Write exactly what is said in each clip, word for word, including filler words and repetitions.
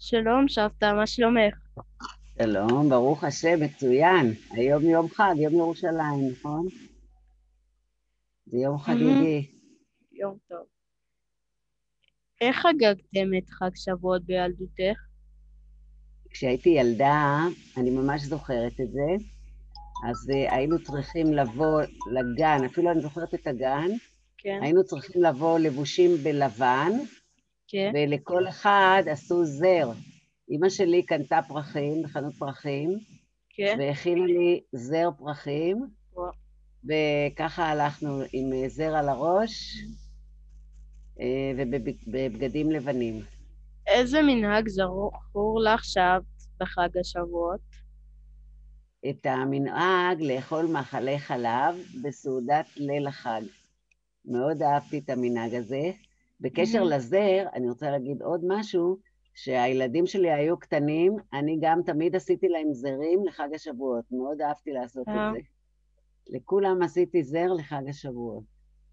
שלום, שבתא, מה שלומך? שלום, ברוך השם, מצוין. היום יום חג, יום ירושלים, נכון? זה יום מהמם, חגיגי. יום טוב. איך חגגתם את חג שבועות בילדותך? כשהייתי ילדה, אני ממש זוכרת את זה, אז uh, היינו צריכים לבוא לגן, אפילו אני זוכרת את הגן, כן, היינו צריכים לבוא לבושים בלבן, כן, ולכל אחד עשו זר. אמא שלי קנתה פרחים בחנות פרחים, כן. והכינה לי זר פרחים, וואו. וככה הלכנו עם אה, זר על הראש, אה, ובבגדים לבנים. איזה מנהג זכור לך שבת בחג השבועות? את המנהג לאכול מאכלי חלב בסעודת ליל החג. מאוד אהבתי את המנהג הזה. בקשר מהמם. לזר, אני רוצה להגיד עוד משהו, שהילדים שלי היו קטנים, אני גם תמיד עשיתי להם זרים לחג השבועות. מאוד אהבתי לעשות את אה, זה. לכולם עשיתי זר לחג השבועות.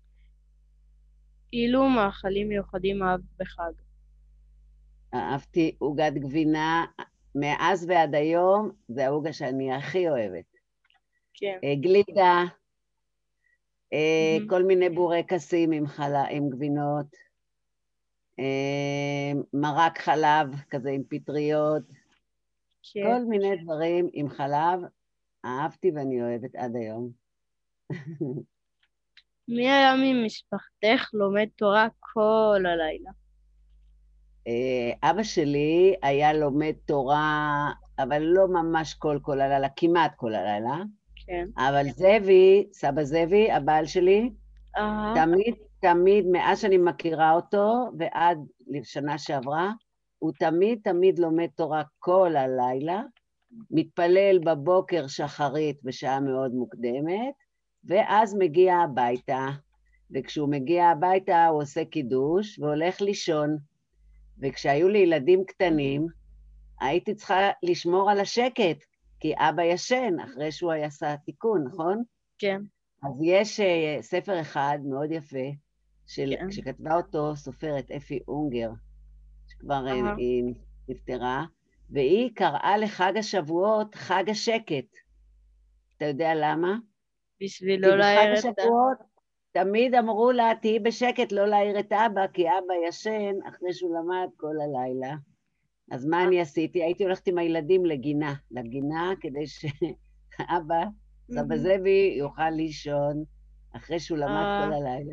אילו מאכלים מיוחדים אהבת בחג? אהבתי עוגת גבינה, מאז ועד היום, זה העוגה שאני הכי אוהבת. כן. אה, גלידה, אה, מהמם. כל מיני בורקסים עם, חלה, עם גבינות, אה, מרק חלב כזה עם פטריות, כן. כל מיני דברים עם חלב, אהבתי ואני אוהבת עד היום. מי היה ממשפחתך לומד תורה כל הלילה? אה, אבא שלי היה לומד תורה, אבל לא ממש כל כל הלילה, כמעט כל הלילה, כן. אבל זאבי, סבא זאבי, הבעל שלי, אה, תמיד, תמיד, מאז שאני מכירה אותו ועד לשנה שעברה, הוא תמיד תמיד לומד תורה כל הלילה, מתפלל בבוקר שחרית בשעה מאוד מוקדמת, ואז מגיע הביתה, וכשהוא מגיע הביתה הוא עושה קידוש והולך לישון, וכשהיו לי ילדים קטנים, הייתי צריכה לשמור על השקט, כי אבא ישן אחרי שהוא עשה תיקון, נכון? כן. אז יש uh, ספר אחד מאוד יפה, של, כן. שכתבה אותו סופרת אפי אונגר, שכבר uh, אה, היא נפטרה, והיא קראה לחג השבועות חג השקט. אתה יודע למה? בשביל כי לא בחג להעיר את ה... השבועות תמיד אמרו לה, תהיי בשקט, לא להעיר את אבא, כי אבא ישן אחרי שהוא למד כל הלילה. אז מה אה, אני עשיתי? הייתי הולכת עם הילדים לגינה, לגינה כדי שאבא, סבא מהמם. זאבי, יוכל לישון אחרי שהוא למד כל אה, הלילה.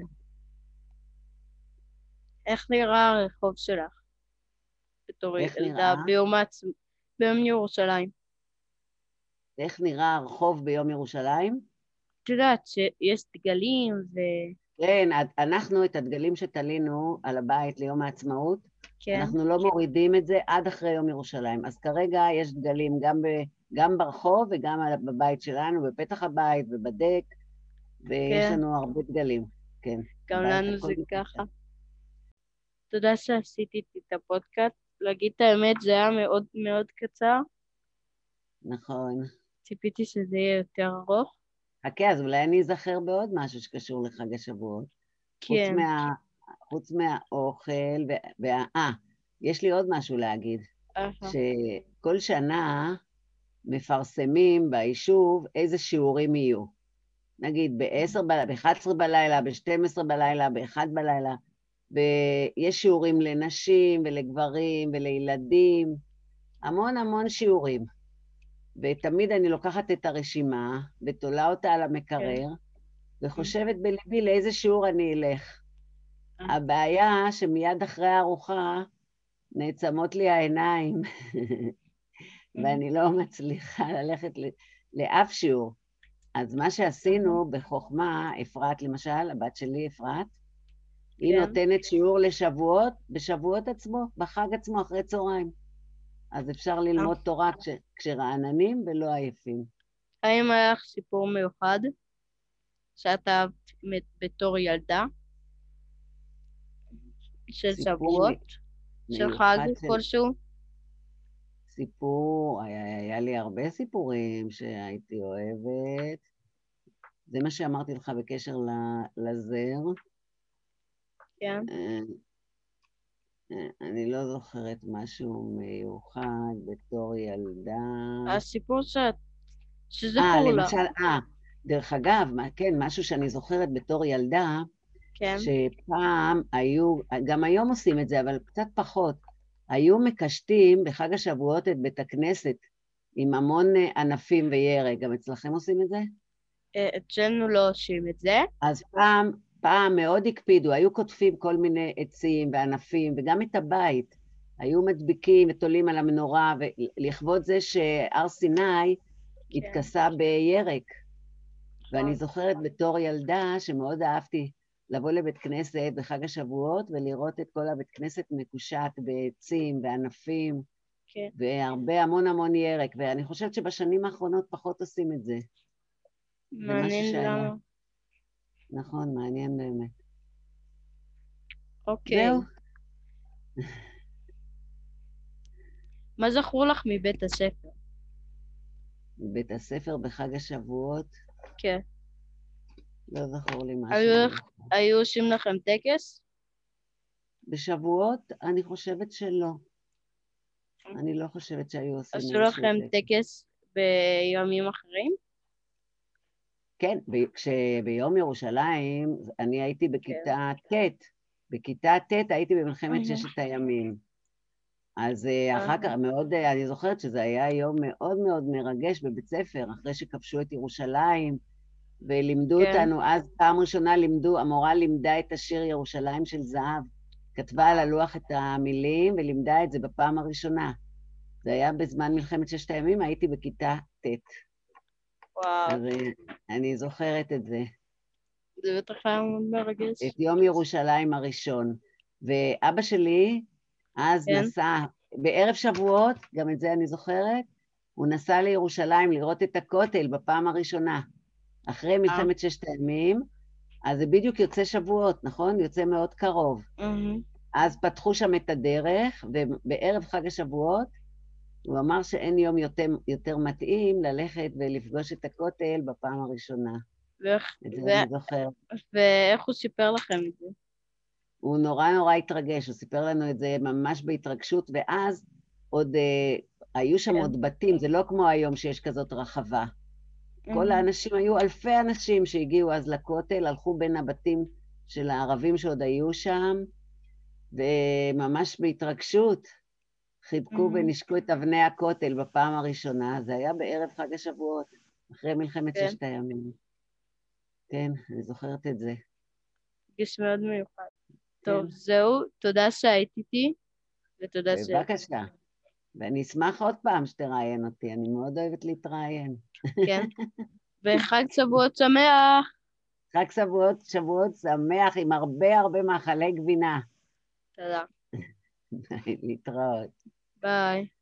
איך נראה הרחוב שלך בתור איך ילדה נראה? ביום העצמ... ביום ירושלים? איך נראה הרחוב ביום ירושלים? את יודעת שיש דגלים כן, אנחנו את הדגלים שתלינו על הבית ליום העצמאות, וכן, אנחנו לא מורידים את זה עד אחרי יום ירושלים. אז כרגע יש דגלים גם, ב, גם ברחוב וגם על- בבית שלנו, בפתח הבית ובדק, ויש כן, לנו הרבה דגלים. כן, גם הבית לנו הכל זה מקושר. ככה. תודה שעשיתי את הפודקאסט. להגיד את האמת, זה היה מאוד מאוד קצר. נכון. ציפיתי שזה יהיה יותר ארוך. חכה, אז אולי אני אזכר בעוד משהו שקשור לחג השבועות. חוץ כן. מה... חוץ מהאוכל, ו... וה... אה, יש לי עוד משהו להגיד, אהה. שכל שנה מפרסמים ביישוב איזה שיעורים יהיו. נגיד ב-עשר, ב-אחת עשרה בלילה, ב-שתים עשרה בלילה, ב-אחת בלילה, ויש שיעורים לנשים ולגברים ולילדים, המון המון שיעורים. ותמיד אני לוקחת את הרשימה ותולה אותה על כן. המקרר, וחושבת בליבי לאיזה שיעור אני אלך. אה, הבעיה שמיד אחרי הארוחה נעצמות לי העיניים, אה, ואני לא מצליחה ללכת לאף שיעור. אז מה אה, שעשינו בחוכמה, אפרת למשל, הבת שלי אפרת, היא כן. נותנת שיעור לשבועות, בשבועות עצמו, בחג עצמו, אחרי צהריים. אז אפשר אה. ללמוד תורה כש, כשרעננים ולא עייפים. האם היה לך סיפור מיוחד שאת אהבת מת- בתור ילדה של סיפור שבועות, מ- של חג מיוחד של כלשהו? סיפור, היה, היה לי הרבה סיפורים שהייתי אוהבת. זה מה שאמרתי לך בקשר ל- לזר. כן. אה, אני לא זוכרת משהו מיוחד בתור ילדה. הסיפור שאת, שזה אה, זכור לך. למשל, אה, דרך אגב, מה- כן, משהו שאני זוכרת בתור ילדה, כן, שפעם היו, גם היום עושים את זה, אבל קצת פחות, היו מקשטים בחג השבועות את בית הכנסת עם המון אה, ענפים וירק. גם אצלכם עושים את זה? אה, אצלנו לא עושים את זה. אז פעם, פעם מאוד הקפידו, היו כותבים כל מיני עצים וענפים, וגם את הבית. היו מדביקים ותולים על המנורה, ולכבוד זה שהר סיני כן, התכסה בירק. ואני נכון, זוכרת בתור ילדה שמאוד אהבתי לבוא לבית כנסת בחג השבועות ולראות את כל הבית כנסת מקושט בעצים וענפים כן. והרבה המון המון ירק, ואני חושבת שבשנים האחרונות פחות עושים את זה. זה משהו מעניין שהיה, למה. נכון, מעניין באמת. אוקיי. זהו, מה זכור לך מבית הספר? בית הספר בחג השבועות, כן. לא זכור לי משהו היו, מיוחד. היו עושים לכם טקס? בשבועות אני חושבת שלא. אני לא חושבת שהיו עושים עשו איזשהו לכם טקס. טקס בימים אחרים? כן, ב- כשביום ירושלים, אני הייתי כן. בכיתה ט', בכיתה ט' הייתי במלחמת אהה, ששת הימים. אז אה, אחר כך אהה, מאוד, אה, אני זוכרת שזה היה יום מאוד מאוד מרגש בבית ספר, אחרי שכבשו את ירושלים, ולימדו כן. אותנו, אז פעם ראשונה לימדו, המורה לימדה את השיר ירושלים של זהב, כתבה על הלוח את המילים ולימדה את זה בפעם הראשונה. זה היה בזמן מלחמת ששת הימים, הייתי בכיתה ט', וואו, אז אה, אני זוכרת את זה. זה בטח היה מאוד מרגש. את יום ירושלים הראשון. ואבא שלי אז כן? נסע, בערב שבועות, גם את זה אני זוכרת, הוא נסע לירושלים לראות את הכותל בפעם הראשונה, אחרי אה, מלחמת ששת הימים, אז זה בדיוק יוצא שבועות, נכון? יוצא מאוד קרוב. אהה. אז פתחו שם את הדרך, ובערב חג השבועות, הוא אמר שאין יום יותר, יותר מתאים ללכת ולפגוש את הכותל בפעם הראשונה. ואיך, את זה ו- אני זוכר. ואיך הוא סיפר לכם את זה? הוא נורא נורא התרגש, הוא סיפר לנו את זה ממש בהתרגשות, ואז עוד אה, היו שם כן. עוד בתים, זה לא כמו היום שיש כזאת רחבה. כל אהה. האנשים, היו אלפי אנשים שהגיעו אז לכותל, הלכו בין הבתים של הערבים שעוד היו שם, וממש בהתרגשות חיבקו אהה. ונשקו את אבני הכותל בפעם הראשונה. זה היה בערב חג השבועות, אחרי מלחמת כן. ששת הימים. כן, אני זוכרת את זה. גיס מאוד מיוחד. כן, טוב, זהו, תודה שהיית איתי, ותודה ש... בבקשה. ואני אשמח עוד פעם שתראיין אותי, אני מאוד אוהבת להתראיין. כן. וחג שבועות שמח! חג שבועות, שבועות שמח עם הרבה הרבה מאכלי גבינה. תודה. להתראות. ביי.